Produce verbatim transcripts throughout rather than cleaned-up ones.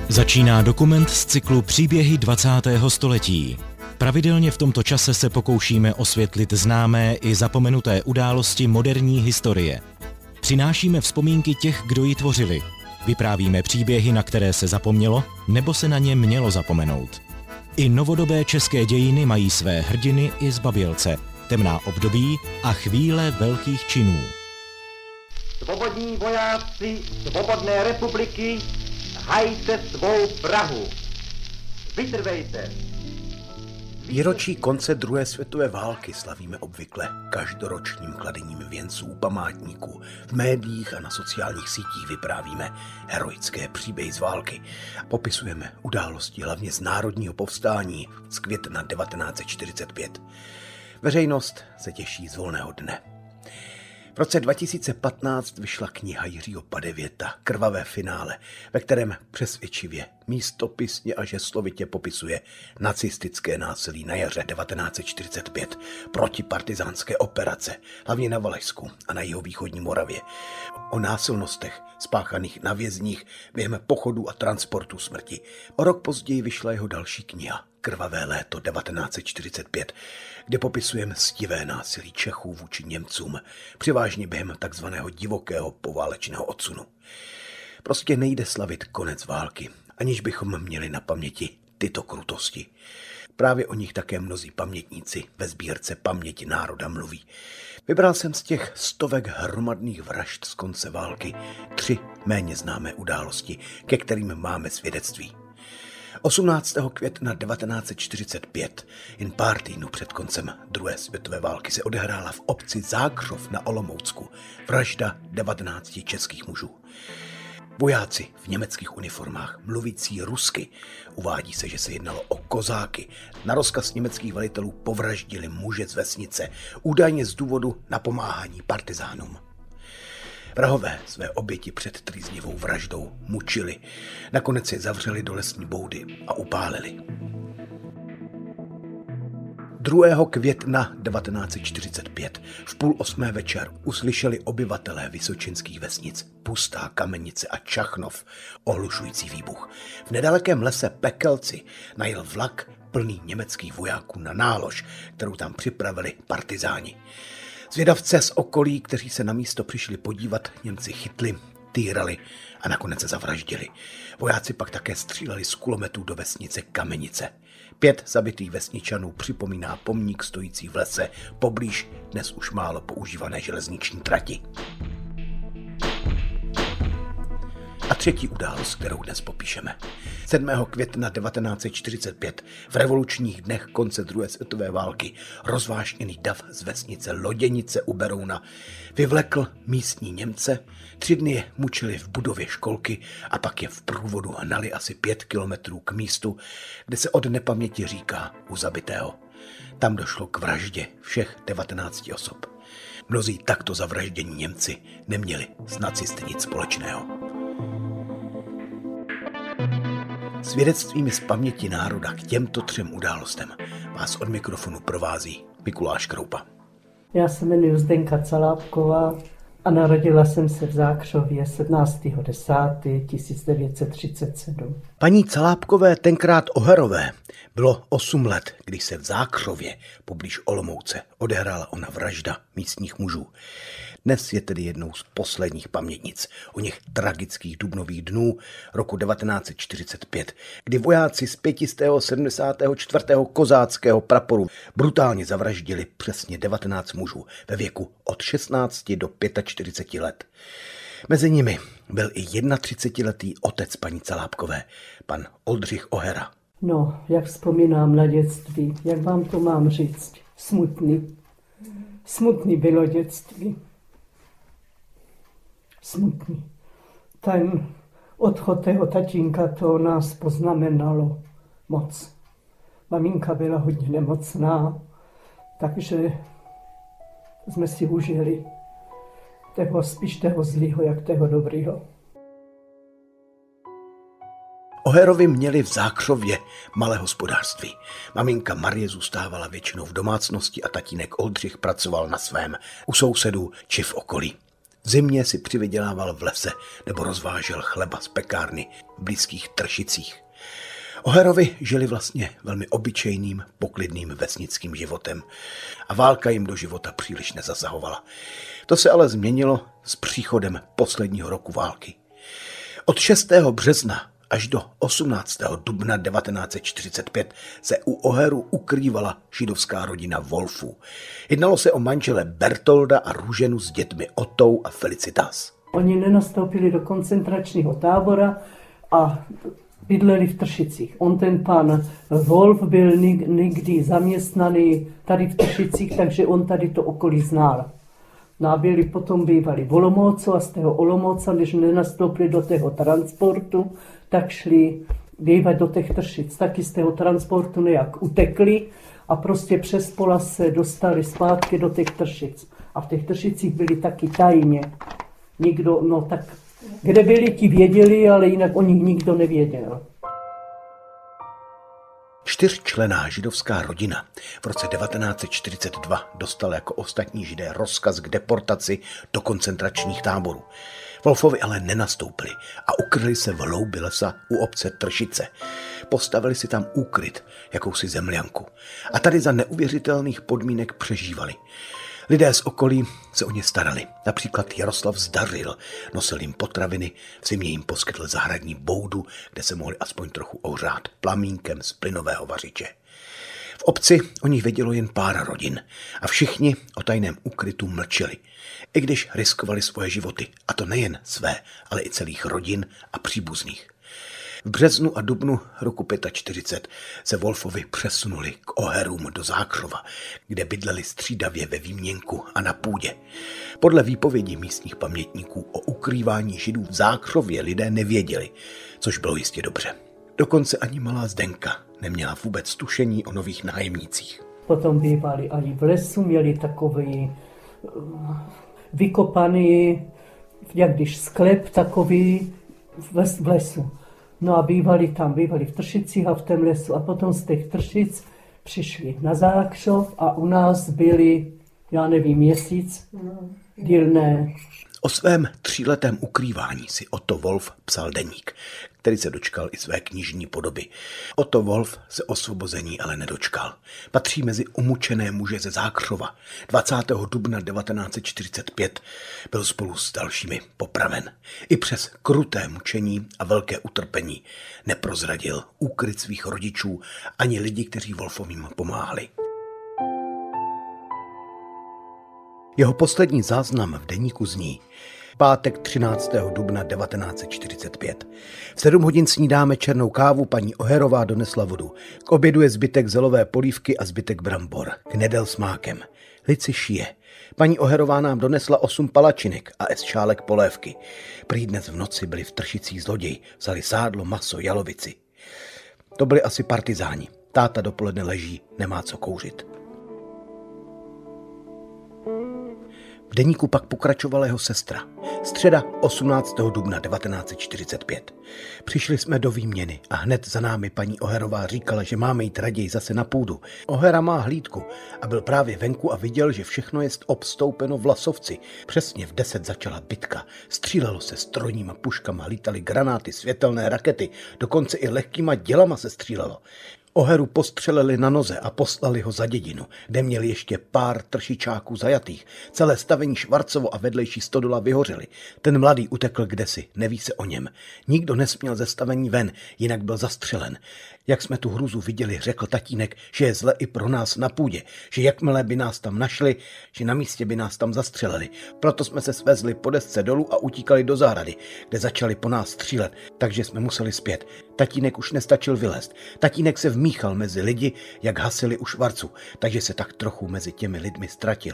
Začíná dokument z cyklu Příběhy dvacátého století. Pravidelně v tomto čase se pokoušíme osvětlit známé i zapomenuté události moderní historie. Přinášíme vzpomínky těch, kdo ji tvořili. Vyprávíme příběhy, na které se zapomnělo, nebo se na ně mělo zapomenout. I novodobé české dějiny mají své hrdiny i zbabělce, temná období a chvíle velkých činů. Svobodní vojáci svobodné republiky, hajte svou Prahu. Vytrvejte. Výročí konce druhé světové války slavíme obvykle každoročním kladením věnců památníků. V médiích a na sociálních sítích vyprávíme heroické příběhy z války. Popisujeme události hlavně z národního povstání z května devatenáct set čtyřicet pět. Veřejnost se těší z volného dne. V roce dva tisíce patnáct vyšla kniha Jiřího Padevěta Krvavé finále, ve kterém přesvědčivě, místopisně a žeslovitě popisuje nacistické násilí na jaře devatenáct set čtyřicet pět, protipartizánské operace, hlavně na Valašsku a na jihovýchodní Moravě, o násilnostech spáchaných na vězních během pochodu a transportu smrti. O rok později vyšla jeho další kniha Krvavé léto devatenáct set čtyřicet pět, kde popisuje mstivé násilí Čechů vůči Němcům, převážně během takzvaného divokého poválečného odsunu. Prostě nejde slavit konec války, aniž bychom měli na paměti tyto krutosti. Právě o nich také mnozí pamětníci ve sbírce Paměť národa mluví. Vybral jsem z těch stovek hromadných vražd z konce války tři méně známé události, ke kterým máme svědectví. osmnáctého května devatenáct set čtyřicet pět, jen pár týdnů před koncem druhé světové války, se odehrála v obci Zákřov na Olomoucku vražda devatenácti českých mužů. Vojáci v německých uniformách, mluvící rusky, uvádí se, že se jednalo o kozáky, na rozkaz německých velitelů povraždili muže z vesnice, údajně z důvodu napomáhání partizánům. Vrahové své oběti před trýznivou vraždou mučili, nakonec je zavřeli do lesní boudy a upálili. druhého května devatenáct set čtyřicet pět v půl osmé večer uslyšeli obyvatelé vysočinských vesnic Pustá, Kamenice a Čachnov ohlušující výbuch. V nedalekém lese Pekelci najel vlak plný německých vojáků na nálož, kterou tam připravili partizáni. Zvědavce z okolí, kteří se na místo přišli podívat, Němci chytli, týrali a nakonec se zavraždili. Vojáci pak také stříleli z kulometů do vesnice Kamenice. Pět zabitých vesničanů připomíná pomník stojící v lese poblíž dnes už málo používané železniční trati. A třetí událost, kterou dnes popíšeme. sedmého května devatenáct set čtyřicet pět v revolučních dnech konce druhé světové války rozvášněný dav z vesnice Loděnice u Berouna vyvlekl místní Němce, tři dny je mučili v budově školky a pak je v průvodu hnali asi pět kilometrů k místu, kde se od nepaměti říká u zabitého. Tam došlo k vraždě všech devatenácti osob. Mnozí takto zavraždění Němci neměli s nacisty nic společného. Svědectvími z paměti národa k těmto třem událostem vás od mikrofonu provází Mikuláš Kroupa. Já se jmenuji Zdenka Calábková a narodila jsem se v Zákřově sedmnáctého desátého tisíc devět set třicet sedm. Paní Calábkové, tenkrát Oherové, bylo osm let, když se v Zákřově poblíž Olomouce odehrála ona vražda místních mužů. Dnes je tedy jednou z posledních pamětnic o něch tragických dubnových dnů roku devatenáct set čtyřicet pět, kdy vojáci z pětistého sedmdesátého čtvrtého kozáckého praporu brutálně zavraždili přesně devatenáct mužů ve věku od šestnácti do čtyřiceti pěti let. Mezi nimi byl i třicetiletý otec paní Calábkové, pan Oldřich Ohera. No, jak vzpomínám na dětství, jak vám to mám říct, smutný. Smutný bylo dětství. Smutný. Ten odchod tého tatínka, to nás poznamenalo moc. Maminka byla hodně nemocná, takže jsme si užili toho, spíš toho zlýho, jak toho dobrýho. Oherovi měli v Zákřově malé hospodářství. Maminka Marie zůstávala většinou v domácnosti a tatínek Oldřich pracoval na svém u sousedů či v okolí. V zimě si přivydělával v lese nebo rozvážel chleba z pekárny v blízkých Tršicích. Oherovi žili vlastně velmi obyčejným, poklidným vesnickým životem a válka jim do života příliš nezasahovala. To se ale změnilo s příchodem posledního roku války. Od šestého března až do osmnáctého dubna devatenáct set čtyřicet pět se u Oherů ukrývala židovská rodina Wolfů. Jednalo se o manžele Bertolda a Růženu s dětmi Otou a Felicitas. Oni nenastoupili do koncentračního tábora a bydleli v Tršicích. On, ten pan Wolf, byl nikdy zaměstnaný tady v Tršicích, takže on tady to okolí znal. No a byli, potom bývali v Olomoucu a z toho Olomouca, když nenastoupili do toho transportu, tak šli bývat do těch Tršic. Taky z toho transportu nějak utekli a prostě přes pola se dostali zpátky do těch Tršic. A v těch Tršicích byli taky tajně. Nikdo, no tak, kde byli, ti věděli, ale jinak o nich nikdo nevěděl. Čtyřčlenná židovská rodina v roce devatenáct set čtyřicet dva dostala jako ostatní židé rozkaz k deportaci do koncentračních táborů. Wolfovi ale nenastoupili a ukryli se v hloubi lesa u obce Tršice. Postavili si tam úkryt, jakousi zemljanku. A tady za neuvěřitelných podmínek přežívali. Lidé z okolí se o ně starali. Například Jaroslav Zdařil nosil jim potraviny, v zimě jim poskytl zahradní boudu, kde se mohli aspoň trochu ohřát plamínkem z plynového vařiče. V obci o nich vědělo jen pár rodin a všichni o tajném úkrytu mlčeli, i když riskovali svoje životy, a to nejen své, ale i celých rodin a příbuzných. V březnu a dubnu roku čtyřicet pět se Wolfovi přesunuli k Oherům do Zákřova, kde bydleli střídavě ve výměnku a na půdě. Podle výpovědí místních pamětníků o ukrývání Židů v Zákřově lidé nevěděli, což bylo jistě dobře. Dokonce ani malá Zdenka neměla vůbec tušení o nových nájemnících. Potom bývali ani v lesu, měli takový vykopaný, jak když sklep takový v lesu. No a bývali tam, bývali v Tršicích a v tom lesu a potom z těch Tršic přišli na Zákřov a u nás byli, já nevím, měsíc, dílné. O svém tříletém ukrývání si Otto Wolf psal deník, který se dočkal i své knižní podoby. Otto Wolf se osvobození ale nedočkal. Patří mezi umučené muže ze Zákřova. dvacátého dubna devatenáct set čtyřicet pět byl spolu s dalšími popraven. I přes kruté mučení a velké utrpení neprozradil úkryt svých rodičů ani lidi, kteří Wolfovým pomáhali. Jeho poslední záznam v deníku zní: pátek třináctého dubna devatenáct set čtyřicet pět. V sedm hodin snídáme černou kávu, paní Oherová donesla vodu. K obědu je zbytek zelové polívky a zbytek brambor. Knedel s mákem. Lici šije. Paní Oherová nám donesla osm palačinek a es šálek polévky. Prý dnes v noci byli v Tršicích zloději, vzali sádlo, maso, jalovici. To byli asi partizáni. Táta dopoledne leží, nemá co kouřit. V deníku pak pokračovala jeho sestra. Středa osmnáctého dubna devatenáct set čtyřicet pět. Přišli jsme do výměny a hned za námi paní Oherová říkala, že máme jít raději zase na půdu. Ohera má hlídku a byl právě venku a viděl, že všechno je obstoupeno v Lasovci. Přesně v deset začala bitka. Střílelo se strojníma puškama, lítaly granáty, světelné rakety, dokonce i lehkýma dělama se střílelo. Oheru postřelili na noze a poslali ho za dědinu, kde měli ještě pár tršičáků zajatých. Celé stavení Švarcovo a vedlejší stodola vyhořely. Ten mladý utekl kdesi, neví se o něm. Nikdo nesměl ze stavení ven, jinak byl zastřelen. Jak jsme tu hruzu viděli, řekl tatínek, že je zle i pro nás na půdě, že jakmile by nás tam našli, že na místě by nás tam zastřelili. Proto jsme se svezli po desce dolů a utíkali do zahrady, kde začali po nás střílet, takže jsme museli zpět. Tatínek už nestačil vylézt. Tatínek se vmíchal mezi lidi, jak hasili u Švarcu, takže se tak trochu mezi těmi lidmi ztratil.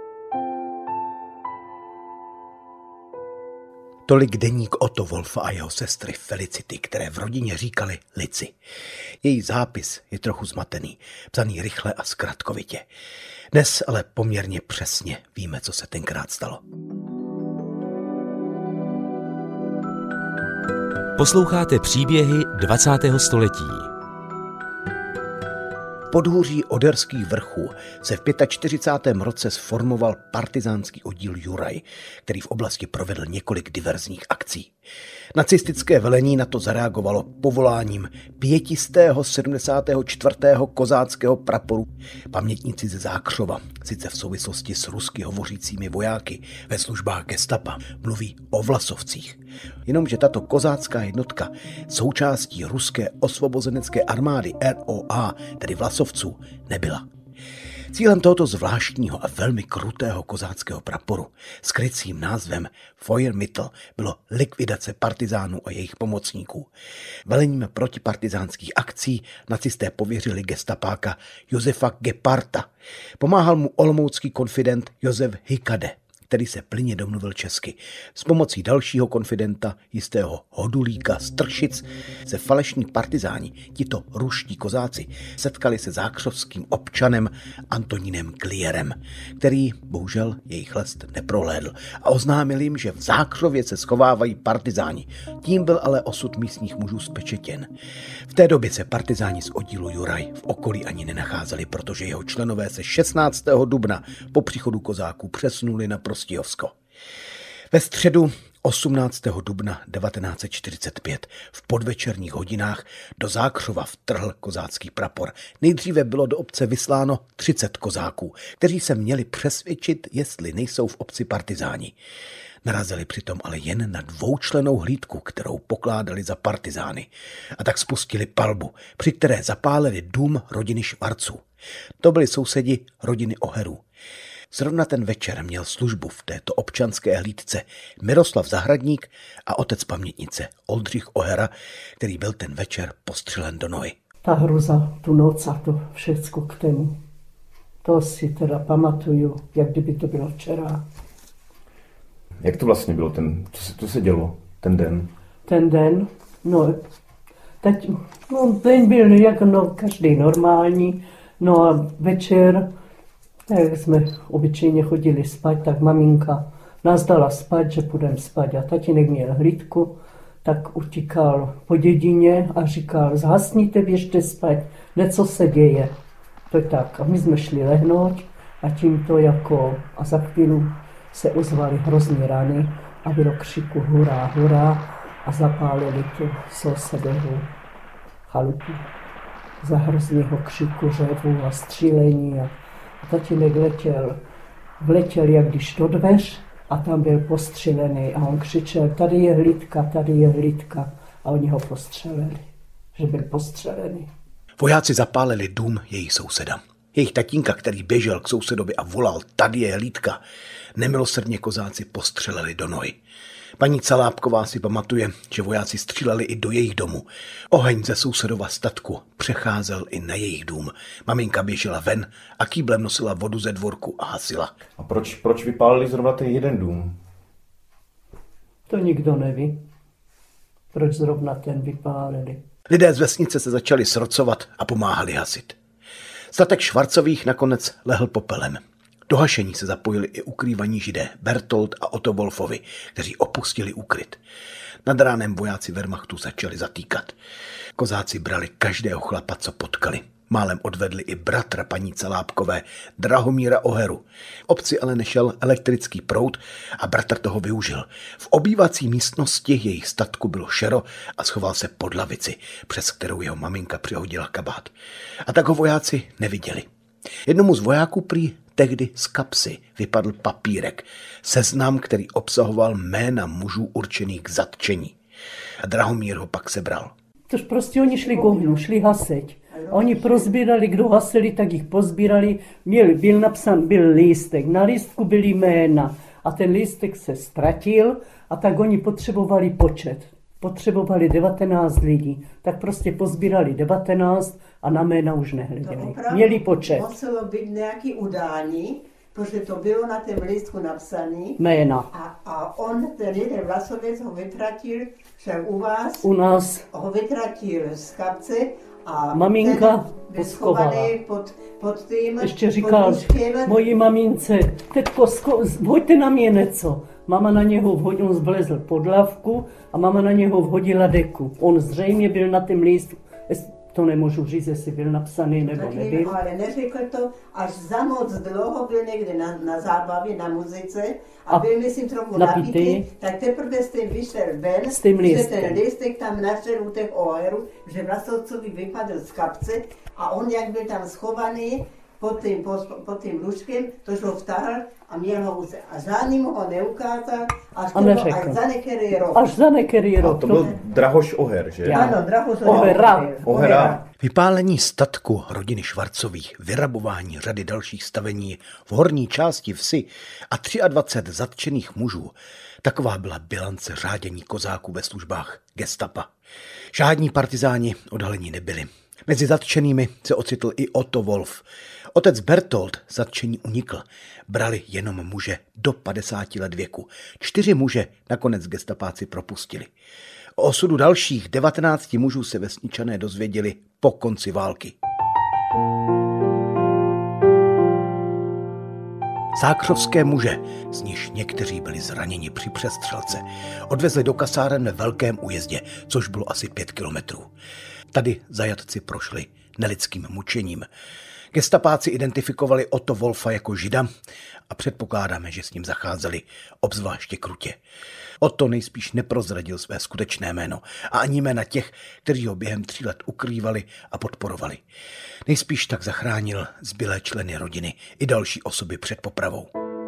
Tolik deník Otto Wolfa a jeho sestry Felicity, které v rodině říkali Lici. Její zápis je trochu zmatený, psaný rychle a zkratkovitě. Dnes ale poměrně přesně víme, co se tenkrát stalo. Posloucháte příběhy dvacátého století. podhůří Oderských vrchů se v čtyřicátém pátém roce sformoval partyzánský oddíl Juraj, který v oblasti provedl několik diverzních akcí. Nacistické velení na to zareagovalo povoláním pětistého sedmdesátého čtvrtého kozáckého praporu. Pamětníci ze Zákřova, sice v souvislosti s rusky hovořícími vojáky ve službách gestapa, mluví o Vlasovcích. Jenomže tato kozácká jednotka součástí ruské osvobozenecké armády R O A, tedy Vlasovců, nebyla. Cílem tohoto zvláštního a velmi krutého kozáckého praporu s krycím názvem Feuermittel bylo likvidace partizánů a jejich pomocníků. Velením protipartizánských akcí nacisté pověřili gestapáka Josefa Geparta. Pomáhal mu olomoucký konfident Josef Hikade, který se plynně domluvil česky. S pomocí dalšího konfidenta, jistého Hodulíka z Tršic, se falešní partizáni, tito ruští kozáci, setkali se zákřovským občanem Antonínem Klierem, který bohužel jejich lest neprohlédl a oznámil jim, že v Zákřově se schovávají partizáni. Tím byl ale osud místních mužů zpečetěn. V té době se partizáni z oddílu Juraj v okolí ani nenacházeli, protože jeho členové se šestnáctého dubna po příchodu kozáků přesunuli na Prostějovsko. Ve středu osmnáctého dubna devatenáct set čtyřicet pět v podvečerních hodinách do Zákřova vtrhl kozácký prapor. Nejdříve bylo do obce vysláno třicet kozáků, kteří se měli přesvědčit, jestli nejsou v obci partizáni. Narazili přitom ale jen na dvoučlennou hlídku, kterou pokládali za partizány. A tak spustili palbu, při které zapálili dům rodiny Švarců. To byli sousedi rodiny Oherů. Zrovna ten večer měl službu v této občanské hlídce Miroslav Zahradník a otec pamětnice Oldřich Ohera, který byl ten večer postřelen do nohy. Ta hruza, tu noc a to všecko k tému. To si teda pamatuju, jak kdyby to bylo včera. Jak to vlastně bylo, ten, co se, co se dělo ten den? Ten den, no, teď, no, den byl jak no, každý normální, no a večer, jak jsme obyčejně chodili spát, tak maminka nás dala spát, že půjdeme spát a tatínek měl hlídku, tak utíkal po dědině a říkal, zhasníte, běžte spát, něco se děje. To je tak. A my jsme šli lehnout a tímto jako, a za chvíli se ozvaly hrozný rany a bylo křiku hurá, hurá a zapálili tu sousedovou chalupu. Za hrozného křiku, řevu a střílení a, a tatínek letěl, vletěl jak když do dveř a tam byl postřelený a on křičel, tady je hlídka, tady je hlídka a oni ho postřelili, že byl postřelený. Vojáci zapálili dům jejich souseda. Jejich tatínka, který běžel k sousedovi a volal, tady je hlídka, nemilosrdně kozáci postřelili do nohy. Paní Calápková si pamatuje, že vojáci stříleli i do jejich domu. Oheň ze sousedova statku přecházel i na jejich dům. Maminka běžela ven a kýblem nosila vodu ze dvorku a hasila. A proč, proč vypálili zrovna ten jeden dům? To nikdo neví. Proč zrovna ten vypálili? Lidé z vesnice se začali srocovat a pomáhali hasit. Statek Švarcových nakonec lehl popelem. Do hašení se zapojili i ukrývaní Židé Bertold a Otto Wolfovi, kteří opustili úkryt. Nad ránem vojáci Wehrmachtu začali zatýkat. Kozáci brali každého chlapa, co potkali. Málem odvedli i bratra paní Calápkové, Drahomíra Oheru. Obci ale nešel elektrický proud a bratr toho využil. V obývací místnosti jejich statku bylo šero a schoval se pod lavici, přes kterou jeho maminka přihodila kabát. A tak ho vojáci neviděli. Jednomu z vojáků prý tehdy z kapsy vypadl papírek, seznam, který obsahoval jména mužů určených k zatčení. A Drahomír ho pak sebral. Tož prostě oni šli k ohňu, šli haseť. Oni prozbírali, kdo hasili, tak jich pozbírali. Měl, byl napsán, byl lístek, na lístku byly jména a ten lístek se ztratil a tak oni potřebovali počet. Potřebovali devatenáct lidí, tak prostě pozbírali devatenáct a na jména už nehleděli. Měli počet. Muselo být nějaký udání, protože to bylo na tom lístku napsané. Jména. A, a on, ten jeden Vlasovec, ho vytratil, že u vás u nás ho vytratil z kapce a maminka poschovala. Pod, pod tým, ještě říkal mojí mamince, tetko, sko- hoďte na mě něco. Mama na něho vhodil, on zvlezl pod lavku a mama na něho vhodila deku. On zřejmě byl na tom lístku, To nemůžu říct, jestli byl napsaný nebo tak nebyl. Nevím, ale neřekl to, až za moc dlouho byl někde na, na zábavě, na muzice a, a byl, myslím, trochu napitý, tak teprve s tím vyšel ven, s tím že ten lístek tam našel u těch oherů, že Vlasovcovi vypadl z kapce a on, jak byl tam schovaný, pod tím, pod, pod tím lůžkem, tož ho vtahl a měl ho úze. A žádným ho neukázal, až, a toho, až za nekerý rok. Až za nekerý rok. A to byl Drahoš Oher, že? Já. Ano, Drahoš Ohera. Ohera. Vypálení statku rodiny Švarcových, vyrabování řady dalších stavení v horní části vsi a dvacet tři zatčených mužů. Taková byla bilance řádění kozáků ve službách gestapa. Žádní partizáni odhalení nebyli. Mezi zatčenými se ocitl i Otto Wolf. Otec Bertold zatčení unikl. Brali jenom muže do padesáti let věku. Čtyři muže nakonec gestapáci propustili. O osudu dalších devatenácti mužů se vesničané dozvěděli po konci války. Zákřovské muže, z nichž někteří byli zraněni při přestřelce, odvezli do kasáren ve Velkém Újezdě, což bylo asi pět kilometrů. Tady zajatci prošli nelidským mučením. Gestapáci identifikovali Otto Wolfa jako Žida a předpokládáme, že s ním zacházeli obzvláště krutě. Otto nejspíš neprozradil své skutečné jméno a ani jména těch, kteří ho během tří let ukrývali a podporovali. Nejspíš tak zachránil zbylé členy rodiny i další osoby před popravou.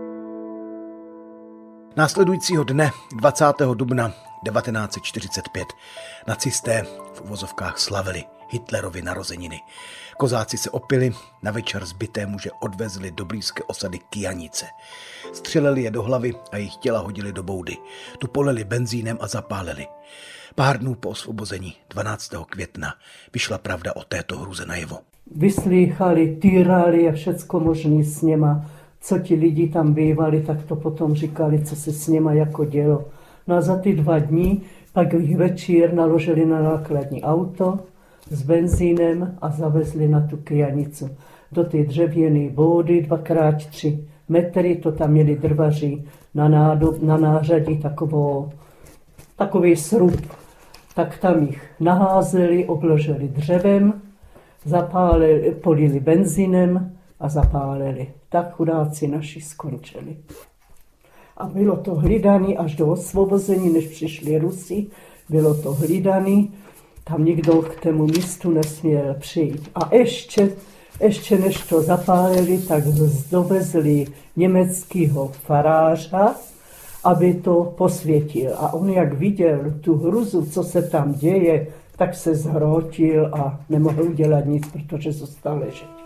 Následujícího dne dvacátého dubna devatenáct set čtyřicet pět nacisté v uvozovkách slavili Hitlerovy narozeniny. Kozáci se opili, na večer zbité muže odvezli do blízké osady Kyjanice. Střelili je do hlavy a jejich těla hodili do boudy. Tu polili benzínem a zapálili. Pár dnů po osvobození dvanáctého května vyšla pravda o této hruze najevo. Vyslýchali, týrali a všecko možný s něma. Co ti lidi tam bývali, tak to potom říkali, co se s něma jako dělo. No a za ty dva dní pak jich večír naložili na nákladní auto s benzínem a zavezli na tu Kyjanicu. Do té dřevěné boudy, dvakrát tři metry, to tam měli drvaři na, nádob, na nářadí takovou, takový srub. Tak tam jich naházeli, obložili dřevem, zapálili, polili benzínem a zapálili. Tak chudáci naši skončili. A bylo to hlídaný až do osvobození, než přišli Rusi, bylo to hlídaný, tam nikdo k tému místu nesměl přijít. A ještě, ještě než to zapálili, tak dovezli německého faráře, aby to posvětil. A on, jak viděl tu hruzu, co se tam děje, tak se zhrotil a nemohl udělat nic, protože zůstal ležet.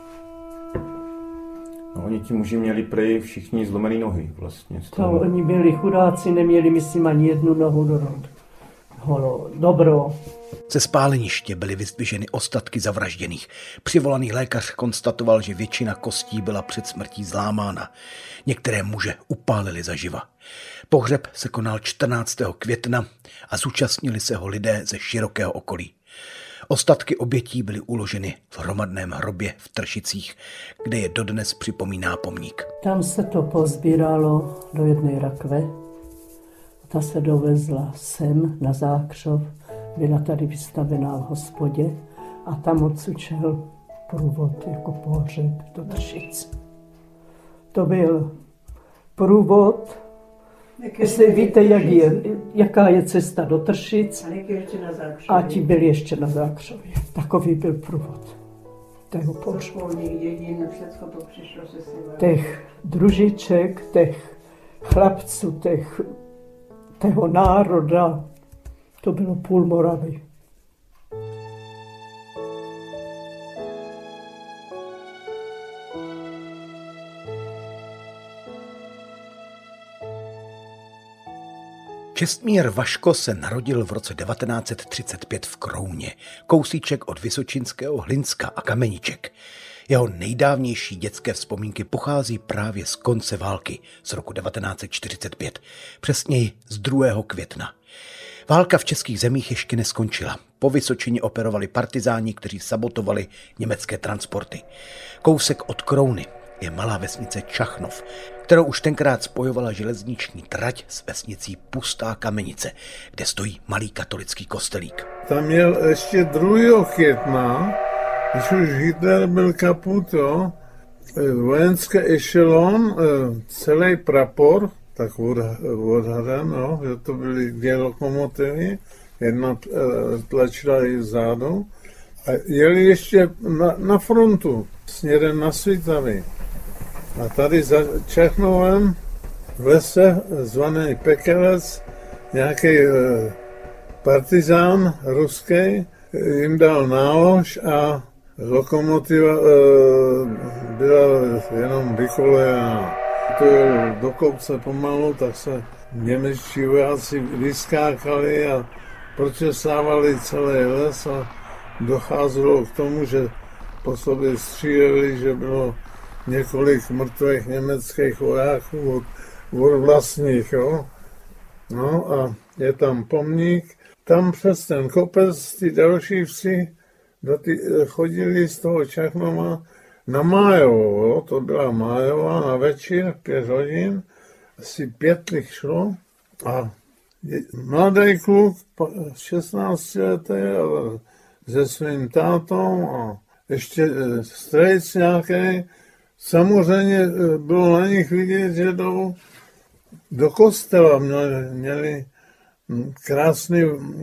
No, oni ti muži měli prej všichni zlomený nohy vlastně. To oni byli chudáci, neměli, myslím, ani jednu nohu do holo, dobro. Ze spáleniště byly vyzdviženy ostatky zavražděných. Přivolaný lékař konstatoval, že většina kostí byla před smrtí zlámána. Některé muže upálili zaživa. Pohřeb se konal čtrnáctého května a zúčastnili se ho lidé ze širokého okolí. Ostatky obětí byly uloženy v hromadném hrobě v Tršicích, kde je dodnes připomíná pomník. Tam se to pozbíralo do jedné rakve. Ta se dovezla sem na Zákřov, byla tady vystavená v hospodě a tam odsučel průvod jako pohřeb do Tršic. To byl průvod, jestli víte, jak je, jaká je cesta do Tršic, a ti byli ještě na Zákřově. Takový byl průvod tého pohřbu. Těch družiček, těch chlapců, těch, tého národa, to bylo půl Moravy. Čestmír Vaško se narodil v roce devatenáct set třicet pět v Krouně, kousíček od vysočinského Hlinska a Kameniček. Jeho nejdávnější dětské vzpomínky pochází právě z konce války z roku devatenáct set čtyřicet pět, přesněji z druhého května. Válka v českých zemích ještě neskončila. Po Vysočině operovali partizáni, kteří sabotovali německé transporty. Kousek od Krouny je malá vesnice Čachnov, kterou už tenkrát spojovala železniční trať s vesnicí Pustá Kamenice, kde stojí malý katolický kostelík. tam jel ještě druhého května, když už Hitler byl kaput, jo, vojenský ešelon, celý prapor, tak odhaden, no, že to byly dvě lokomotivy, jedna tlačila i vzadu, a jeli ještě na, na frontu, směrem na Svitavy. A tady za Čachnovem v lese, zvaný Pekelec, nějaký e, partizán ruský jim dal nálož a lokomotiva e, byla jenom vykolejená. To jel do kopce pomalu, tak se němečtí vojáci vyskákali a pročesávali celý les a docházelo k tomu, že po sobě stříleli, že bylo několik mrtvých německých vojáků od, od vlastních. Jo. No a je tam pomník. Tam přes ten kopec ty další vsi do ty, chodili z toho Čachnova na Májovou. Jo. To byla Májová na večer, pět hodin. Asi pět lich šlo a mladý kluk, šestnácti letý, se svým tátou a ještě strejc nějaký. Samozřejmě bylo na nich vidět, že jdou do kostela, měli, měli krásný,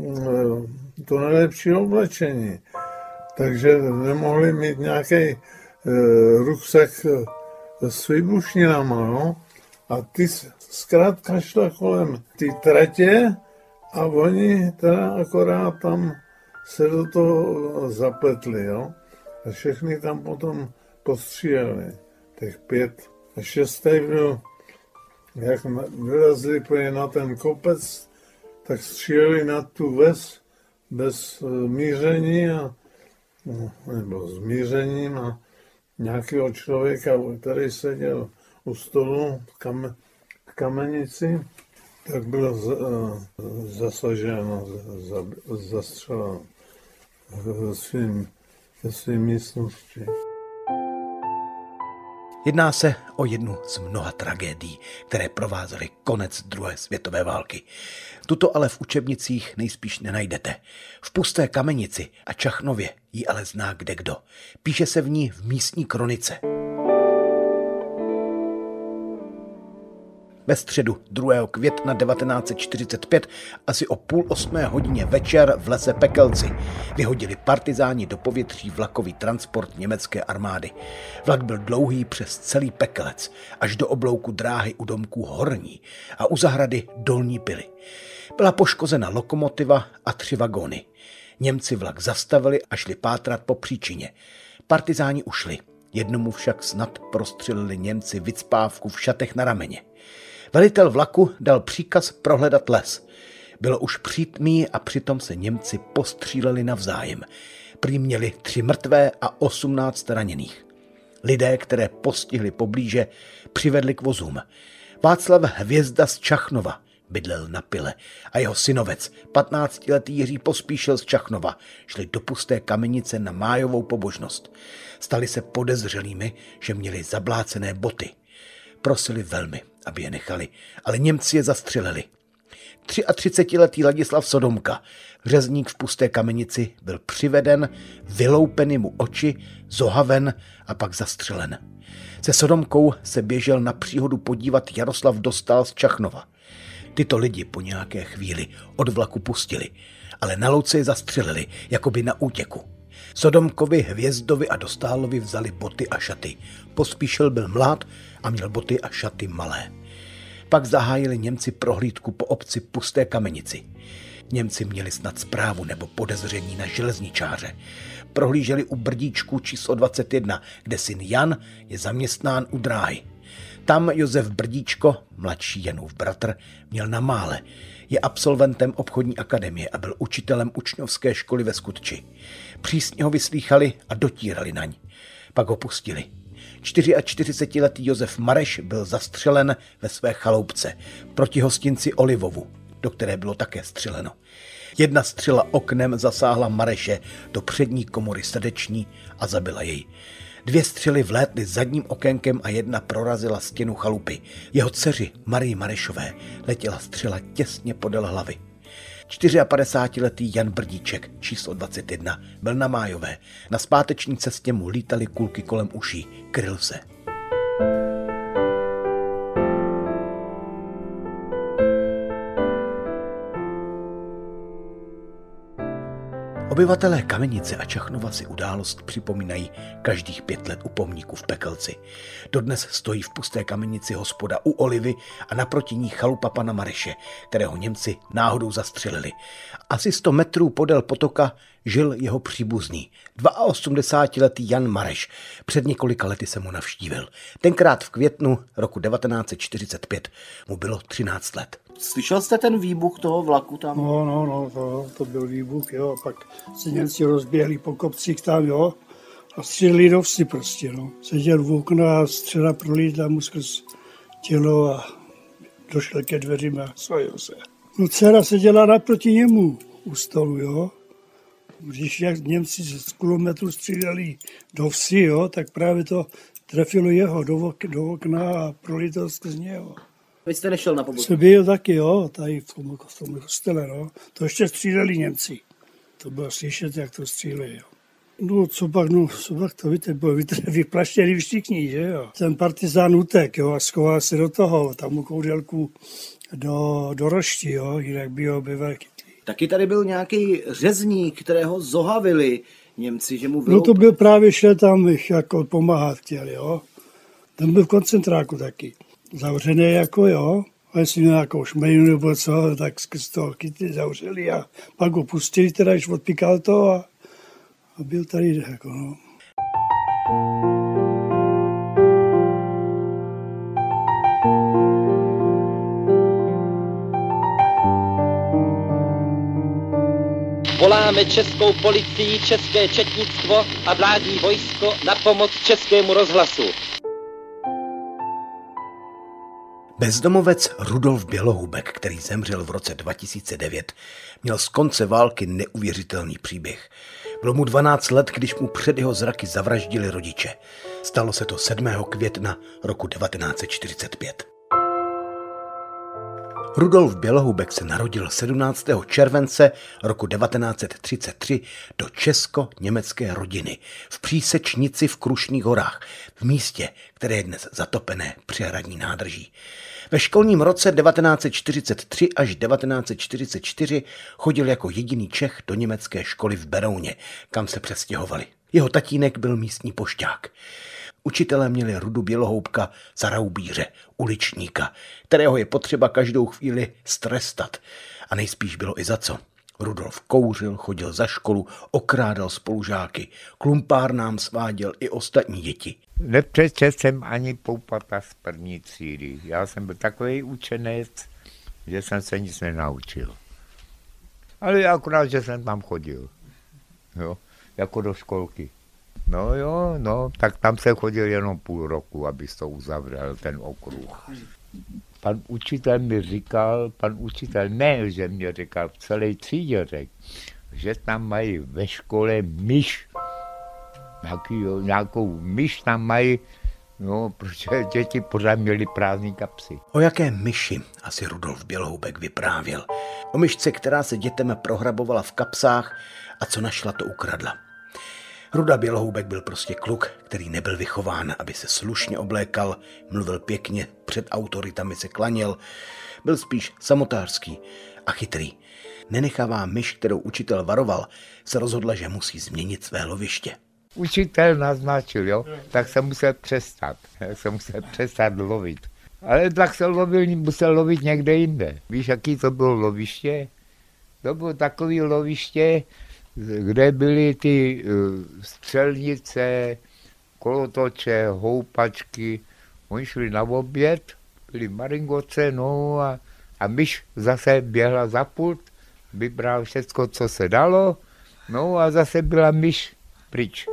to nejlepší oblečení. Takže nemohli mít nějaký ruksak s výbušninama, no? A ty zkrátka šla kolem ty tratě a oni teda akorát tam se do toho zapletli, jo? A všechny tam potom postříleli. Těch pět a šestý byl, jak vylezli na ten kopec, tak stříleli na tu ves bez míření, a, nebo s mířením a nějakého člověka, který seděl u stolu v, kame, v kamenici, tak bylo z, zasaženo, zastřeleno ve svým, ve svým místnosti. Jedná se o jednu z mnoha tragédií, které provázely konec druhé světové války. Tuto ale v učebnicích nejspíš nenajdete. V Pusté Kamenici a Čachnově ji ale zná kdekdo. Píše se v ní v místní kronice. Ve středu druhého května devatenáct set čtyřicet pět asi o půl osmé hodině večer v lese Pekelci vyhodili partizáni do povětří vlakový transport německé armády. Vlak byl dlouhý přes celý Pekelec až do oblouku dráhy u domků Horní a u zahrady Dolní Pily. Byla poškozena lokomotiva a tři vagóny. Němci vlak zastavili a šli pátrat po příčině. Partizáni ušli. Jednomu však snad prostřelili Němci vycpávku v šatech na rameně. Velitel vlaku dal příkaz prohledat les. Bylo už přítmí a přitom se Němci postříleli navzájem. Prý měli tři mrtvé a osmnáct raněných. Lidé, které postihli poblíže, přivedli k vozům. Václav Hvězda z Čachnova bydlel na Pile a jeho synovec, patnáctiletý Jiří Pospíšil z Čachnova, šli do Pusté Kamenice na májovou pobožnost. Stali se podezřelými, že měli zablácené boty. Prosili velmi, aby je nechali, ale Němci je zastřelili. třiatřicetiletý Ladislav Sodomka, řezník v Pusté Kamenici, byl přiveden, vyloupeny mu oči, zohaven a pak zastřelen. Se Sodomkou se běžel na příhodu podívat Jaroslav Dostál z Čachnova. Tyto lidi po nějaké chvíli od vlaku pustili, ale na louce je zastřelili, jakoby na útěku. Sodomkovi, Hvězdovi a Dostálovi vzali boty a šaty. Pospíšil byl mlád a měl boty a šaty malé. Pak zahájili Němci prohlídku po obci Pusté Kamenici. Němci měli snad zprávu nebo podezření na železničáře. Prohlíželi u Brdíčku číslo dvacet jedna, kde syn Jan je zaměstnán u dráhy. Tam Josef Brdíčko, mladší Janův bratr, měl na mále. Je absolventem obchodní akademie a byl učitelem učňovské školy ve Skutči. Přísně ho vyslýchali a dotírali naň. Pak ho pustili. čtyřiačtyřicetiletý Josef Mareš byl zastřelen ve své chaloupce proti hostinci Olivovu, do které bylo také střeleno. Jedna střela oknem zasáhla Mareše do přední komory srdeční a zabila jej. Dvě střely vlétly zadním okénkem a jedna prorazila stěnu chalupy. Jeho dceři Marii Marešové letěla střela těsně podél hlavy. padesátčtyřletý Jan Brdíček, číslo dvacet jedna, byl na Májové. Na zpáteční cestě mu lítaly kulky kolem uší. Kryl se. Obyvatelé Kamenice a Čachnova si událost připomínají každých pět let u pomníku v Pekelci. Dodnes stojí v pusté kamenici hospoda u Olivy a naproti ní chalupa pana Mareše, kterého Němci náhodou zastřelili. Asi sto metrů podél potoka žil jeho příbuzný, osmdesátiletý Jan Mareš. Před několika lety jsem ho navštívil. Tenkrát v květnu roku devatenáct set čtyřicet pět mu bylo třináct let. Slyšel jste ten výbuch toho vlaku tam? No, no, no, to, to byl výbuch, jo, a pak se Němci rozběhli po kopcích tam, jo, a stříleli do vsi prostě, no. Seděl v okna a střela prolítla mu skrz tělo a došel ke dveřím a svojil se. No dcera seděla naproti němu u stolu, jo. Když jak Němci z kulometru stříleli do vsi, jo, tak právě to trefilo jeho do, ok- do okna a prolítlo skrz něho. Vy jste nešel na pomoc? Jsem byl taky, jo, tady v tom, v tom kostele, no. To ještě stříleli Němci. To bylo slyšet, jak to stříleli, jo. No, co pak, no, co pak to, víte, bylo vyplaštěni všichni, že jo. Ten partizán utek, jo, a schoval se do toho, tam mu koudelku do, do rošti, jo, jinak by ho býval chytlý. Taky tady byl nějaký řezník, kterého zohavili Němci, že mu bylo... No to byl právě, šel tam jako pomáhat chtěl, jo. Ten byl v koncentráku taky. Zavřený jako, jo. A jestli nějakou šmejnu nebo co, tak z toho chytli, zavřeli a pak ho pustili, teda, když odpíkal to a, a byl tady, jako, no. Voláme českou policii, české četnictvo a vládní vojsko na pomoc Českému rozhlasu. Bezdomovec Rudolf Bělohubek, který zemřel v roce dva tisíce devět, měl z konce války neuvěřitelný příběh. Bylo mu dvanáct let, když mu před jeho zraky zavraždili rodiče. Stalo se to sedmého května roku devatenáct set čtyřicet pět. Rudolf Bělohubek se narodil sedmnáctého července roku devatenáct set třicet tři do česko-německé rodiny v Přísečnici v Krušných horách, v místě, které je dnes zatopené přehradní nádrží. Ve školním roce devatenáct set čtyřicet tři až devatenáct set čtyřicet čtyři chodil jako jediný Čech do německé školy v Berouně, kam se přestěhovali. Jeho tatínek byl místní pošťák. Učitelé měli Rudu Bělohoubka za raubíře, uličníka, kterého je potřeba každou chvíli strestat. A nejspíš bylo i za co. Rudolf kouřil, chodil za školu, okrádal spolužáky, klumpárnám sváděl i ostatní děti. Nepřečetl jsem ani poupata z první třídy. Já jsem byl takový učenec, že jsem se nic nenaučil. Ale akorát, že jsem tam chodil, jo, jako do školky. No jo, no, tak tam se chodil jenom půl roku, aby to uzavřel ten okruh. Pan učitel mi říkal, pan učitel ne, že mě říkal, v celé třídě řekl, že tam mají ve škole myš. Nějaký, nějakou myš tam mají, no, protože děti pořád měly prázdný kapsy. O jaké myši asi Rudolf Bělohoubek vyprávěl? O myšce, která se dětem prohrabovala v kapsách a co našla, to ukradla. Ruda Bělohoubek byl prostě kluk, který nebyl vychován, aby se slušně oblékal, mluvil pěkně, před autoritami se klaněl, byl spíš samotářský a chytrý. Nenechavá myš, kterou učitel varoval, se rozhodla, že musí změnit své loviště. Učitel naznačil, jo, tak se musel přestat, se musel přestat lovit. Ale tak se lovil, musel lovit někde jinde. Víš, jaký to bylo loviště? To bylo takové loviště, kde byly ty střelnice, kolotoče, houpačky. Oni šli na oběd, byli maringoce, no a, a myš zase běhla za pult, vybral všecko, co se dalo, no a zase byla myš pryč.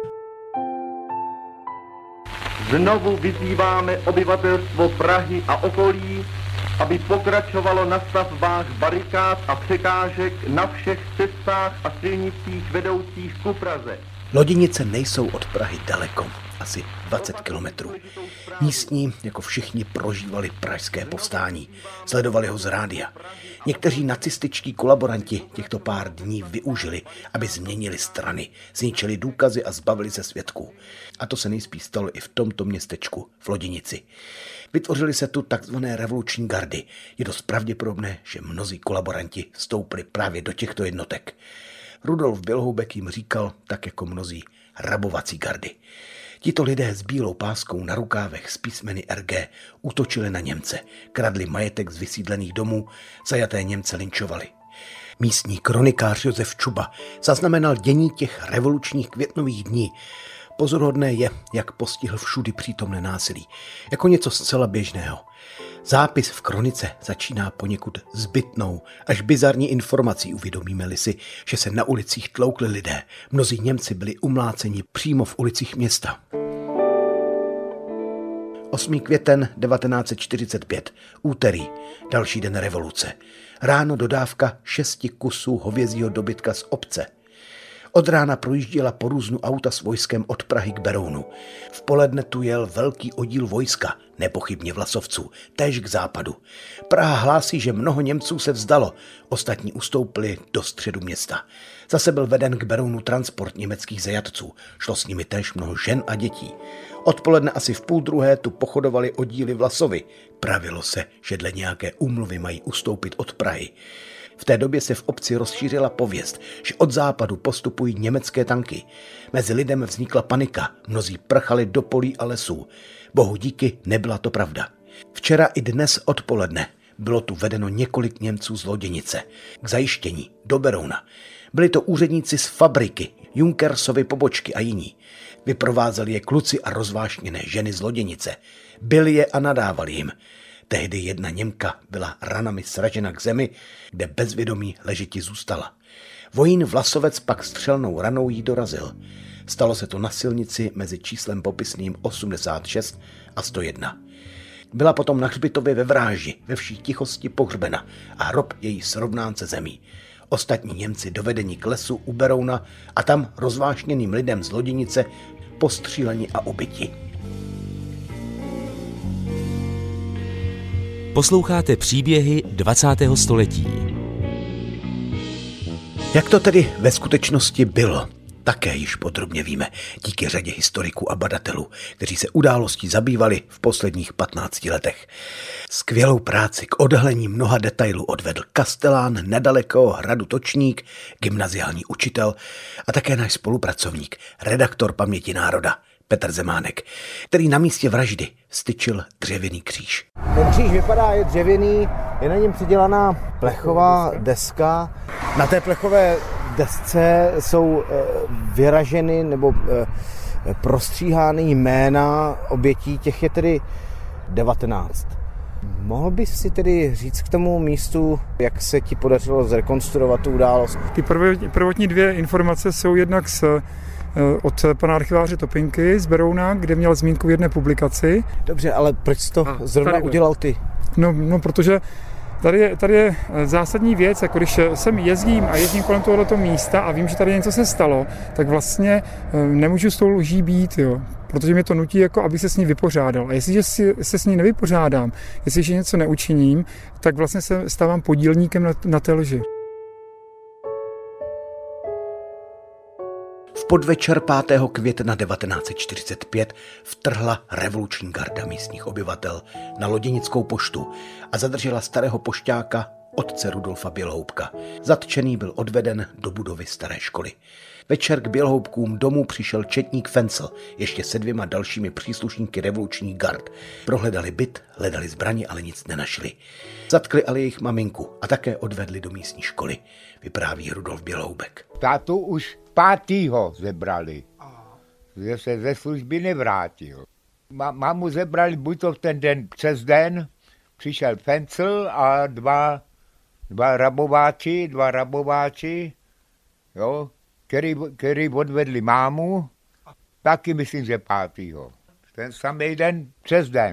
Znovu vyzýváme obyvatelstvo Prahy a okolí, aby pokračovalo na stavbách barikád a překážek na všech cestách a silnicích vedoucích ku Praze. Loděnice nejsou od Prahy daleko asi dvacet kilometrů. Místní, jako všichni, prožívali pražské povstání. Sledovali ho z rádia. Někteří nacističtí kolaboranti těchto pár dní využili, aby změnili strany, zničili důkazy a zbavili se svědků. A to se nejspíš stalo i v tomto městečku, v Loděnici. Vytvořily se tu takzvané revoluční gardy. Je dost pravděpodobné, že mnozí kolaboranti vstoupili právě do těchto jednotek. Rudolf Bělohoubek jim říkal, tak jako mnozí, rabovací gardy. Tito lidé s bílou páskou na rukávech s písmeny R G útočili na Němce, kradli majetek z vysídlených domů, zajaté Němce linčovali. Místní kronikář Josef Čuba zaznamenal dění těch revolučních květnových dní. Pozoruhodné je, jak postihl všudy přítomné násilí, jako něco zcela běžného. Zápis v kronice začíná poněkud zbytnou, až bizarní informací, uvědomíme-li si, že se na ulicích tloukli lidé. Mnozí Němci byli umláceni přímo v ulicích města. osmý květen devatenáct set čtyřicet pět, úterý, další den revoluce. Ráno dodávka šesti kusů hovězího dobytka z obce. Od rána projížděla po různu auta s vojskem od Prahy k Berounu. V poledne tu jel velký oddíl vojska, nepochybně vlasovců, též k západu. Praha hlásí, že mnoho Němců se vzdalo, ostatní ustoupili do středu města. Zase byl veden k Berounu transport německých zajatců, šlo s nimi též mnoho žen a dětí. Odpoledne asi v půl druhé tu pochodovali oddíly Vlasovy. Pravilo se, že dle nějaké úmluvy mají ustoupit od Prahy. V té době se v obci rozšířila pověst, že od západu postupují německé tanky. Mezi lidem vznikla panika, mnozí prchali do polí a lesů. Bohu díky, nebyla to pravda. Včera i dnes odpoledne bylo tu vedeno několik Němců z Loděnice k zajištění do Berouna. Byli to úředníci z fabriky, Junkersovy pobočky a jiní. Vyprovázeli je kluci a rozvášněné ženy z Loděnice. Byli je a nadávali jim. Tehdy jedna Němka byla ranami sražena k zemi, kde bezvědomí ležiti zůstala. Vojín Vlasovec pak střelnou ranou jí dorazil. Stalo se to na silnici mezi číslem popisným osmdesát šest a sto jedna. Byla potom na hřbitově ve Vráži ve vší tichosti pohřbena a hrob její srovnán se zemí. Ostatní Němci dovedeni k lesu u Berouna a tam rozvášněným lidem z Loděnice postříleni a ubiti. Posloucháte příběhy dvacátého století. Jak to tedy ve skutečnosti bylo? Také již podrobně víme díky řadě historiků a badatelů, kteří se událostí zabývali v posledních patnácti letech. Skvělou práci k odhalení mnoha detailů odvedl kastelán nedalekého hradu Točník, gymnaziální učitel a také náš spolupracovník, redaktor Paměti národa, Petr Zemánek, který na místě vraždy styčil dřevěný kříž. Ten kříž vypadá, je dřevěný, je na něm přidělaná plechová deska. Na té plechové desce jsou vyraženy nebo prostříhány jména obětí, těch je tedy devatenáct. Mohl bys si tedy říct k tomu místu, jak se ti podařilo zrekonstruovat tu událost? Ty prvotní dvě informace jsou jednak z od pana archiváře Topinky z Berouna, kde měl zmínku v jedné publikaci. Dobře, ale proč jsi to a, zrovna tady, udělal ty? No, no protože tady je, tady je zásadní věc, jako když sem jezdím a jezdím kolem tohoto místa a vím, že tady něco se stalo, tak vlastně nemůžu s tou lží být, jo. Protože mě to nutí, jako aby se s ní vypořádal. A jestliže si, se s ní nevypořádám, jestliže něco neučiním, tak vlastně se stávám podílníkem na, na té lži. V podvečer pátého května devatenáct set čtyřicet pět vtrhla revoluční garda místních obyvatel na Loděnickou poštu a zadržela starého pošťáka, otce Rudolfa Bělohoubka. Zatčený byl odveden do budovy staré školy. Večer k Bělohoubkům domů přišel četník Fencl, ještě se dvěma dalšími příslušníky revoluční gard. Prohledali byt, hledali zbraně, ale nic nenašli. Zatkli ale jejich maminku a také odvedli do místní školy, vypráví Rudolf Bělohoubek. Tátu už pátýho zebrali, že se ze služby nevrátil. Mamu zebrali buď to v ten den přes den, přišel Fencl a dva, dva rabováči, dva rabováči, jo, který, který odvedli mámu, taky myslím, že pátýho. Ten samý den přes den.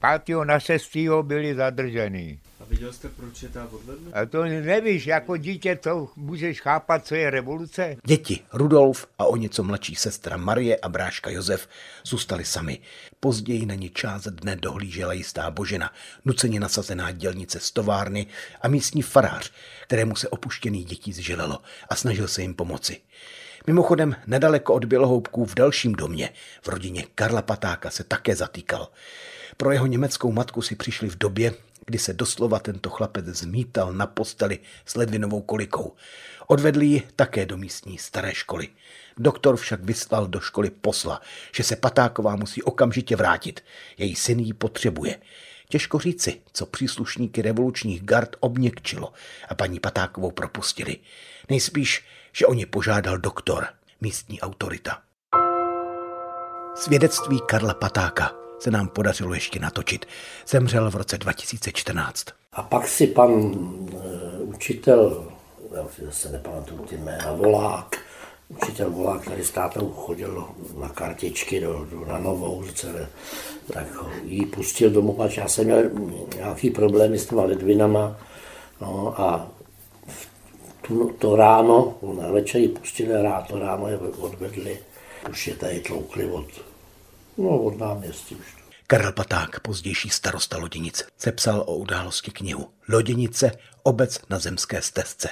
pátého na šestého byli zadrženi. A viděl jste, proč je ta odvedli? A to nevíš, jako dítě, co můžeš chápat, co je revoluce? Děti Rudolf a o něco mladší sestra Marie a bráška Josef zůstali sami. Později na ně část dne dohlížela jistá Božena, nuceně nasazená dělnice z továrny a místní farář, kterému se opuštěný dětí zželelo a snažil se jim pomoci. Mimochodem, nedaleko od Bělohoubků v dalším domě, v rodině Karla Patáka, se také zatýkal. Pro jeho německou matku si přišli v době, kdy se doslova tento chlapec zmítal na posteli s ledvinovou kolikou. Odvedli ji také do místní staré školy. Doktor však vyslal do školy posla, že se Patáková musí okamžitě vrátit. Její syn ji potřebuje. Těžko říci, co příslušníky revolučních gard obněkčilo a paní Patákovou propustili. Nejspíš, že o ně požádal doktor, místní autorita. Svědectví Karla Patáka se nám podařilo ještě natočit. Zemřel v roce dva tisíce čtrnáct. A pak si pan uh, učitel, já si zase nepamatuju ty jména, Volák, učitel Volák, který s tátou chodil na kartičky do, do, na Novou, tak ji pustil domů, pač já jsem měl nějaký problémy s těma ledvinama, no a tu, to ráno, na večer ji pustili a rád to ráno je odvedli, už je tady tloukli od, no, od náměstí už. Karel Paták, pozdější starosta Loděnic, sepsal o události knihu Loděnice, obec na zemské stezce.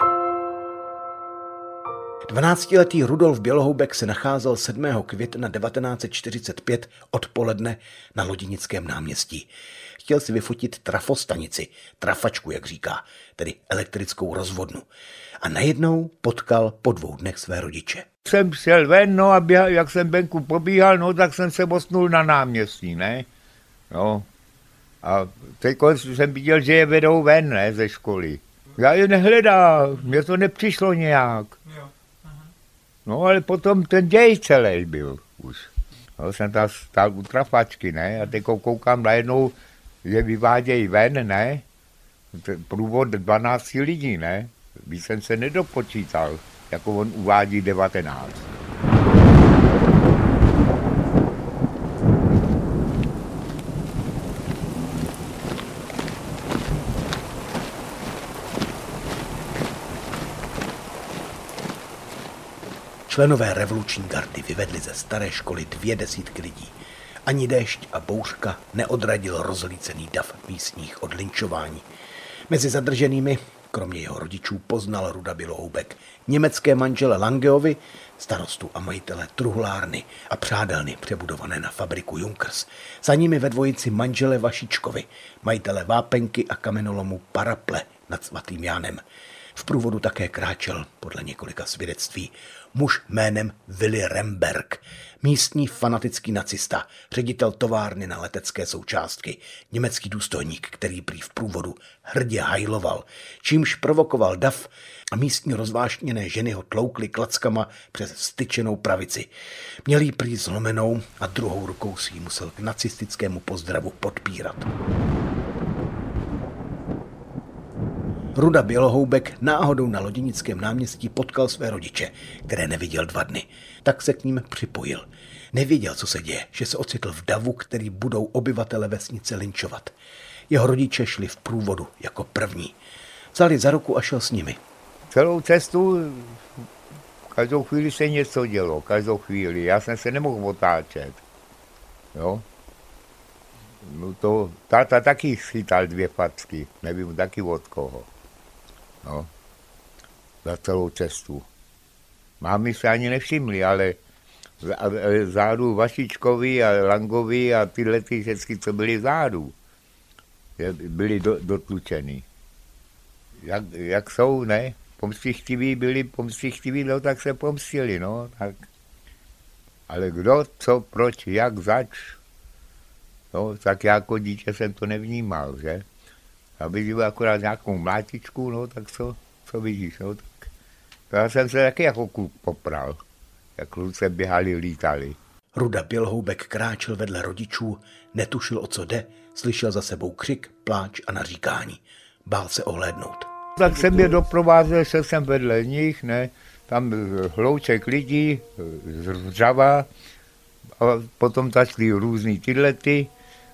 dvanáctiletý Rudolf Bělohoubek se nacházel sedmého května devatenáct set čtyřicet pět odpoledne na Loděnickém náměstí. Chtěl si vyfotit trafostanici, trafačku, jak říká, tedy elektrickou rozvodnu. A najednou potkal po dvou dnech své rodiče. Jsem šel ven, no a běhal, jak jsem venku pobíhal, no tak jsem se osnul na náměstí, ne? No. A teď jsem viděl, že je vedou ven, ne, ze školy. Já je nehledal, mně to nepřišlo nějak. No ale potom ten děj celý byl už. No, jsem tam stál u trafačky, ne? A teď koukám najednou, že vyvádějí ven, ne? Průvod dvanácti lidí, ne? Víc jsem se nedopočítal, jako on uvádí devatenáct. Členové revoluční gardy vyvedli ze staré školy dvě desítky lidí. Ani déšť a bouřka neodradil rozlícený dav místních od lynčování. Mezi zadrženými, kromě jeho rodičů, poznal Ruda Bělohoubek německé manžele Langeovi, starostu a majitele truhlárny a přádelny přebudované na fabriku Junkers. Za nimi ve dvojici manžele Vašičkovi, majitele vápenky a kamenolomu Paraple nad svatým Jánem. V průvodu také kráčel, podle několika svědectví, muž jménem Willy Remberg, místní fanatický nacista, ředitel továrny na letecké součástky, německý důstojník, který prý v průvodu hrdě hajloval, čímž provokoval dav a místní rozvášněné ženy ho tloukly klackama přes styčenou pravici. Měl jí prý zlomenou a druhou rukou si ji musel k nacistickému pozdravu podpírat. Ruda Bělohoubek náhodou na Loděnickém náměstí potkal své rodiče, které neviděl dva dny. Tak se k ním připojil. Nevěděl, co se děje, že se ocitl v davu, který budou obyvatele vesnice lynčovat. Jeho rodiče šli v průvodu jako první. Vzali za ruku a šel s nimi. Celou cestu, každou chvíli se něco dělo, každou chvíli. Já jsem se nemohl otáčet. Jo? No to, táta taky schytal dvě facky, nevím taky od koho. No, za celou cestu. Mámy se ani nevšimli, ale zádu Vašičkovi a Langovi a tyhle ty všechny, co byly vzadu, byli do, dotlučeni. Jak, jak jsou, ne? Pomstichtiví byli pomstichtiví, no tak se pomstili, no. Tak. Ale kdo, co, proč, jak, zač, no, tak já jako dítě jsem to nevnímal, že? A viděl akorát nějakou mlátičku, no, tak co, co vidíš, no, tak. Já jsem se taky jako kluk popral, jak kluci běhali, lítali. Ruda Bělohoubek kráčel vedle rodičů, netušil, o co jde, slyšel za sebou křik, pláč a naříkání. Bál se ohlédnout. Tak jsem je doprovázel, šel jsem vedle nich, ne, tam hlouček lidí, z Řava, a potom začali různý tyhlety,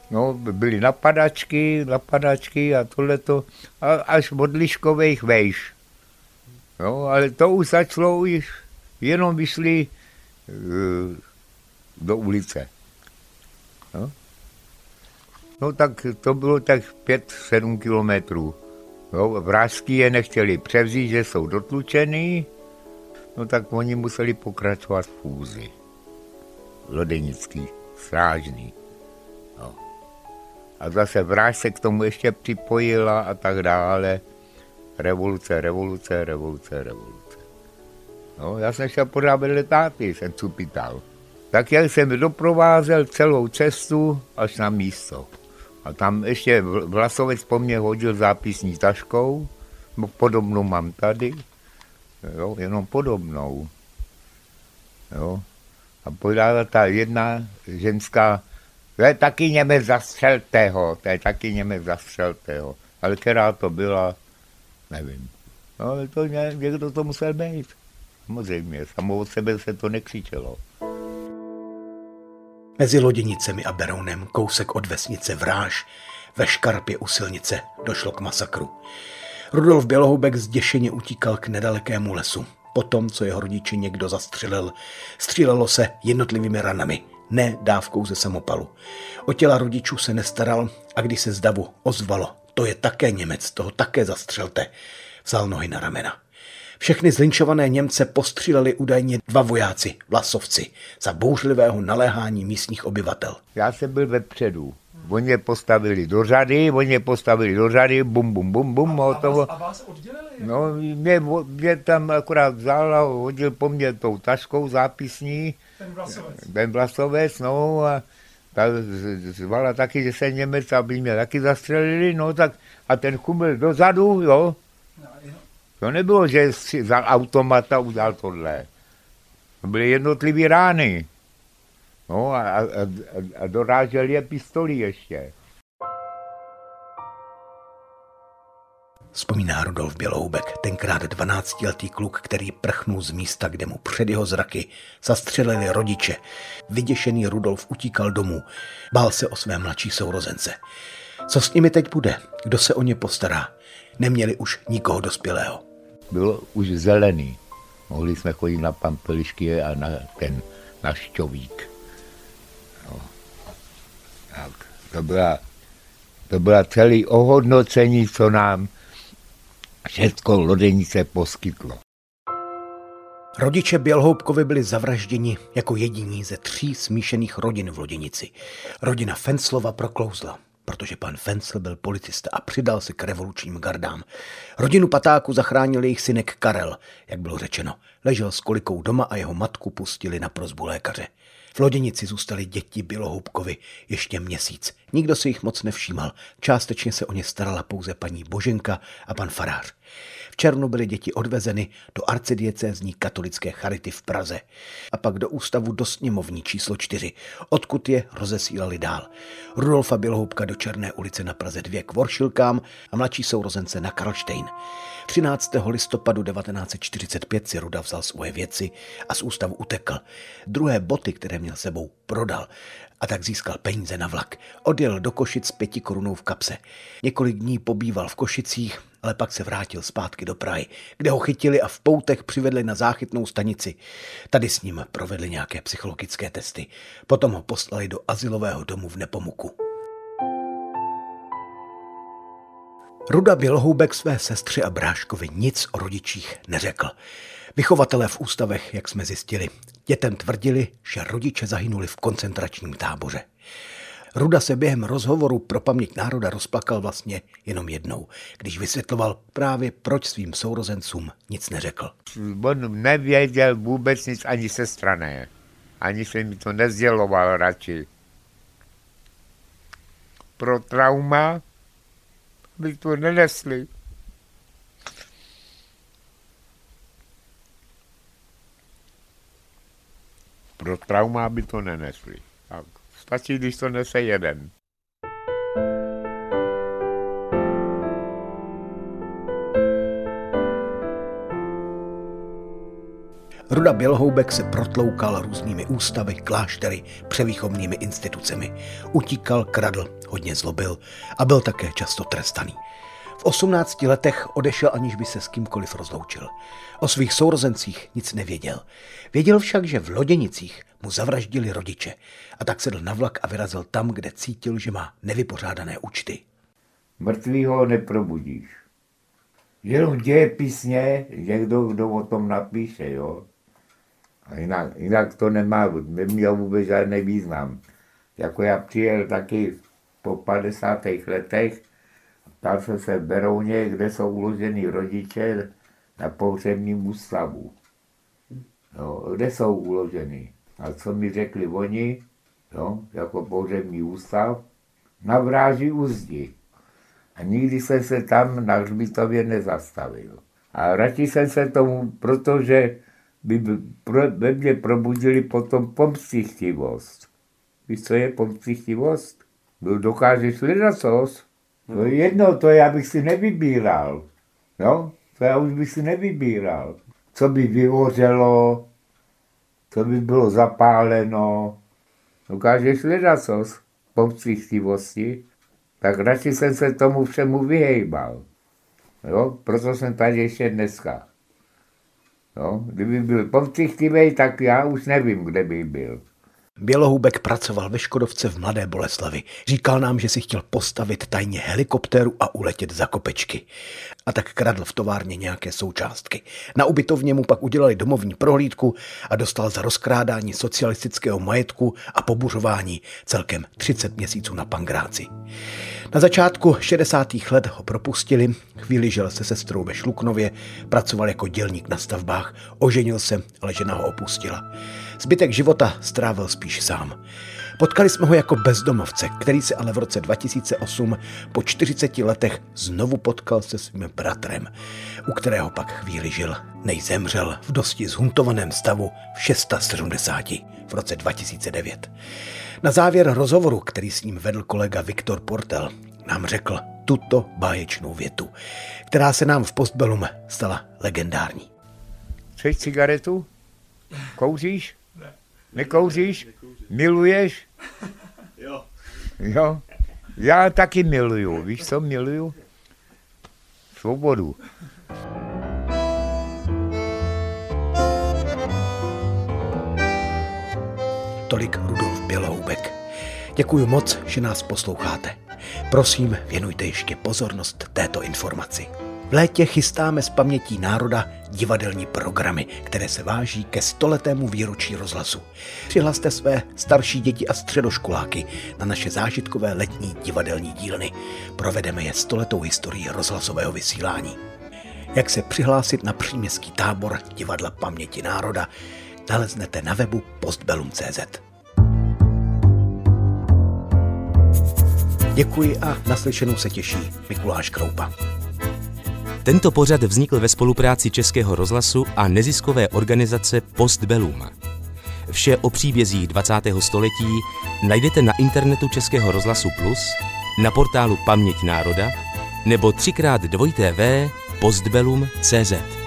No, byly napadačky, napadačky a tohleto, a až od Liškových vejš. No, ale to už začalo, už jenom vyšli uh, do ulice. No. no tak to bylo tak pět sedm kilometrů. No, Vražský je nechtěli převzít, že jsou dotlučený, no tak oni museli pokračovat v fúzi. Lodenický, strážný. No. A zase Vraž se k tomu ještě připojila a tak dále. Revoluce, revoluce, revoluce, revoluce. No, já jsem šel pořád vedle táty, jsem cupital. Tak jak jsem doprovázel celou cestu až na místo. A tam ještě Vlasovec po mně hodil zápisní taškou, podobnou mám tady, jo, jenom podobnou. Jo. A podala ta jedna ženská, to je taky Němec zastřeltého, to je taky Němec zastřeltého. Ale která to byla, nevím. No, ale to někdo to musel být. Samozřejmě, samo od sebe se to nekřičelo. Mezi Loděnicemi a Berounem, kousek od vesnice Vráž, ve škarpě u silnice, došlo k masakru. Rudolf Bělohoubek zděšeně utíkal k nedalekému lesu. Potom, co jeho rodiče někdo zastřelil, střílelo se jednotlivými ranami, ne dávkou ze samopalu. O těla rodičů se nestaral a když se z davu ozvalo, to je také Němec, toho také zastřelte, vzal nohy na ramena. Všechny zlinčované Němce postříleli údajně dva vojáci, vlasovci, za bouřlivého naléhání místních obyvatel. Já jsem byl vepředu. Oni je postavili do řady, oni je postavili do řady, bum, bum, bum, bum. A, a, vás, a vás oddělili? No, mě, mě tam akorát vzal a hodil po mně tou taškou zápisní. Ten Vlasovec. Ten Vlasovec, no a ta zvala taky, že se Němec, aby mě taky zastřelili, no tak a ten chumil dozadu, jo. To nebylo, že si vzal automata a udělal tohle. To byly jednotlivý rány. No a, a, a dorážel je pistolí ještě. Vzpomíná Rudolf Bělohoubek, tenkrát dvanáctiletý kluk, který prchnul z místa, kde mu před jeho zraky zastřelili rodiče. Vyděšený Rudolf utíkal domů, bál se o své mladší sourozence. Co s nimi teď bude? Kdo se o ně postará? Neměli už nikoho dospělého. Bylo už zelený. Mohli jsme chodit na pampelišky a na ten na šťovík. No. Tak, to byla, to byla celé ohodnocení, co nám všechno Lodenice poskytlo. Rodiče Bělohoubkovi byli zavražděni jako jediní ze tří smíšených rodin v Loděnici. Rodina Fenclova proklouzla, protože pan Fencl byl policista a přidal se k revolučním gardám. Rodinu Patáku zachránil jejich synek Karel, jak bylo řečeno. Ležel s kolikou doma a jeho matku pustili na prosbu lékaře. V Loděnici zůstali děti Bělohoubkovi ještě měsíc. Nikdo si jich moc nevšímal. Částečně se o ně starala pouze paní Boženka a pan farář. V červnu byly děti odvezeny do arcidiecézní katolické charity v Praze a pak do ústavu dosněmovní číslo čtyři, odkud je rozesílali dál. Rudolfa Bělohoubka do Černé ulice na Praze dva k Voršilkám a mladší sourozence na Karlštejn. třináctého listopadu devatenáct set čtyřicet pět si Ruda vzal svoje věci a z ústavu utekl. Druhé boty, které měl sebou, prodal a tak získal peníze na vlak. Odjel do Košic s pěti korunou v kapse. Několik dní pobýval v Košicích, ale pak se vrátil zpátky do Prahy, kde ho chytili a v poutech přivedli na záchytnou stanici. Tady s ním provedli nějaké psychologické testy. Potom ho poslali do azylového domu v Nepomuku. Ruda Bělohoubek své sestře a bráškovi nic o rodičích neřekl. Vychovatelé v ústavech, jak jsme zjistili, dětem tvrdili, že rodiče zahynuli v koncentračním táboře. Ruda se během rozhovoru pro paměť národa rozplakal vlastně jenom jednou, když vysvětloval právě, proč svým sourozencům nic neřekl. On nevěděl vůbec nic, ani sestra ne. Ani se mi to nezděloval radši. Pro trauma by to nenesli. Pro trauma by to nenesli. Tak. Stačí, když to nese jeden. Ruda Bělohoubek se protloukal různými ústavy, kláštery, převýchovnými institucemi. Utíkal, kradl, hodně zlobil a byl také často trestaný. V osmnácti letech odešel, aniž by se s kýmkoliv rozloučil. O svých sourozencích nic nevěděl. Věděl však, že v Loděnicích mu zavraždili rodiče a tak sedl na vlak a vyrazil tam, kde cítil, že má nevypořádané účty. Mrtvýho neprobudíš. Jenom dějepisně někdo, kdo o tom napíše, jo. A jinak, jinak to nemá, neměl vůbec žádný význam. Jako já přijel taky po padesátých letech, ptal jsem se v Berouně, kde jsou uložený rodiče na pohřebním ústavu. Jo, kde jsou uložený. A co mi řekli oni, jo, jako pohřební ústav, na Vráži u zdi. A nikdy jsem se tam na hřbitově nezastavil. A radši jsem se tomu, protože by ve mně probudili potom pomstichtivost. Víš, co je pomstichtivost? No, dokážeš ledacos. No jedno, to já bych si nevybíral. No, to já už bych si nevybíral. Co by vyhořelo, co by bylo zapáleno. Dokážeš ledacos pomstichtivosti. Tak radši jsem se tomu všemu vyhejbal. Jo? Proto jsem tady ještě dneska. Jo? Kdyby byl pomstichtivý, tak já už nevím, kde by byl. Bělohoubek pracoval ve Škodovce v Mladé Boleslavi. Říkal nám, že si chtěl postavit tajně helikoptéru a uletět za kopečky. A tak kradl v továrně nějaké součástky. Na ubytovně mu pak udělali domovní prohlídku a dostal za rozkrádání socialistického majetku a pobuřování celkem třicet měsíců na pangráci. Na začátku šedesátých let ho propustili, chvíli žil se sestrou ve Šluknově, pracoval jako dělník na stavbách, oženil se, ale žena ho opustila. Zbytek života strávil spíš sám. Potkali jsme ho jako bezdomovce, který se ale v roce dva tisíce osm po čtyřiceti letech znovu potkal se svým bratrem, u kterého pak chvíli žil, než zemřel v dosti zhuntovaném stavu v sedmdesáti šesti v roce dva tisíce devět. Na závěr rozhovoru, který s ním vedl kolega Viktor Portel, nám řekl tuto báječnou větu, která se nám v Postbellum stala legendární. Chceš cigaretu? Kouříš? Ne. Nekouříš? Miluješ? Jo. Jo. Já taky miluju. Víš, co miluju? Svobodu. Tolik Rudolf Bělohoubek. Děkuji moc, že nás posloucháte. Prosím, věnujte ještě pozornost této informaci. V létě chystáme z pamětí národa divadelní programy, které se váží ke stoletému výročí rozhlasu. Přihlaste své starší děti a středoškoláky na naše zážitkové letní divadelní dílny. Provedeme je stoletou historií rozhlasového vysílání. Jak se přihlásit na příměstský tábor Divadla paměti národa, naleznete na webu postbellum tečka cé zet. Děkuji a naslyšenou se těší Mikuláš Kroupa. Tento pořad vznikl ve spolupráci Českého rozhlasu a neziskové organizace Postbellum. Vše o příbězích dvacátého století najdete na internetu Českého rozhlasu Plus, na portálu Paměť národa nebo třikrát dvojité v postbellum tečka cé zet.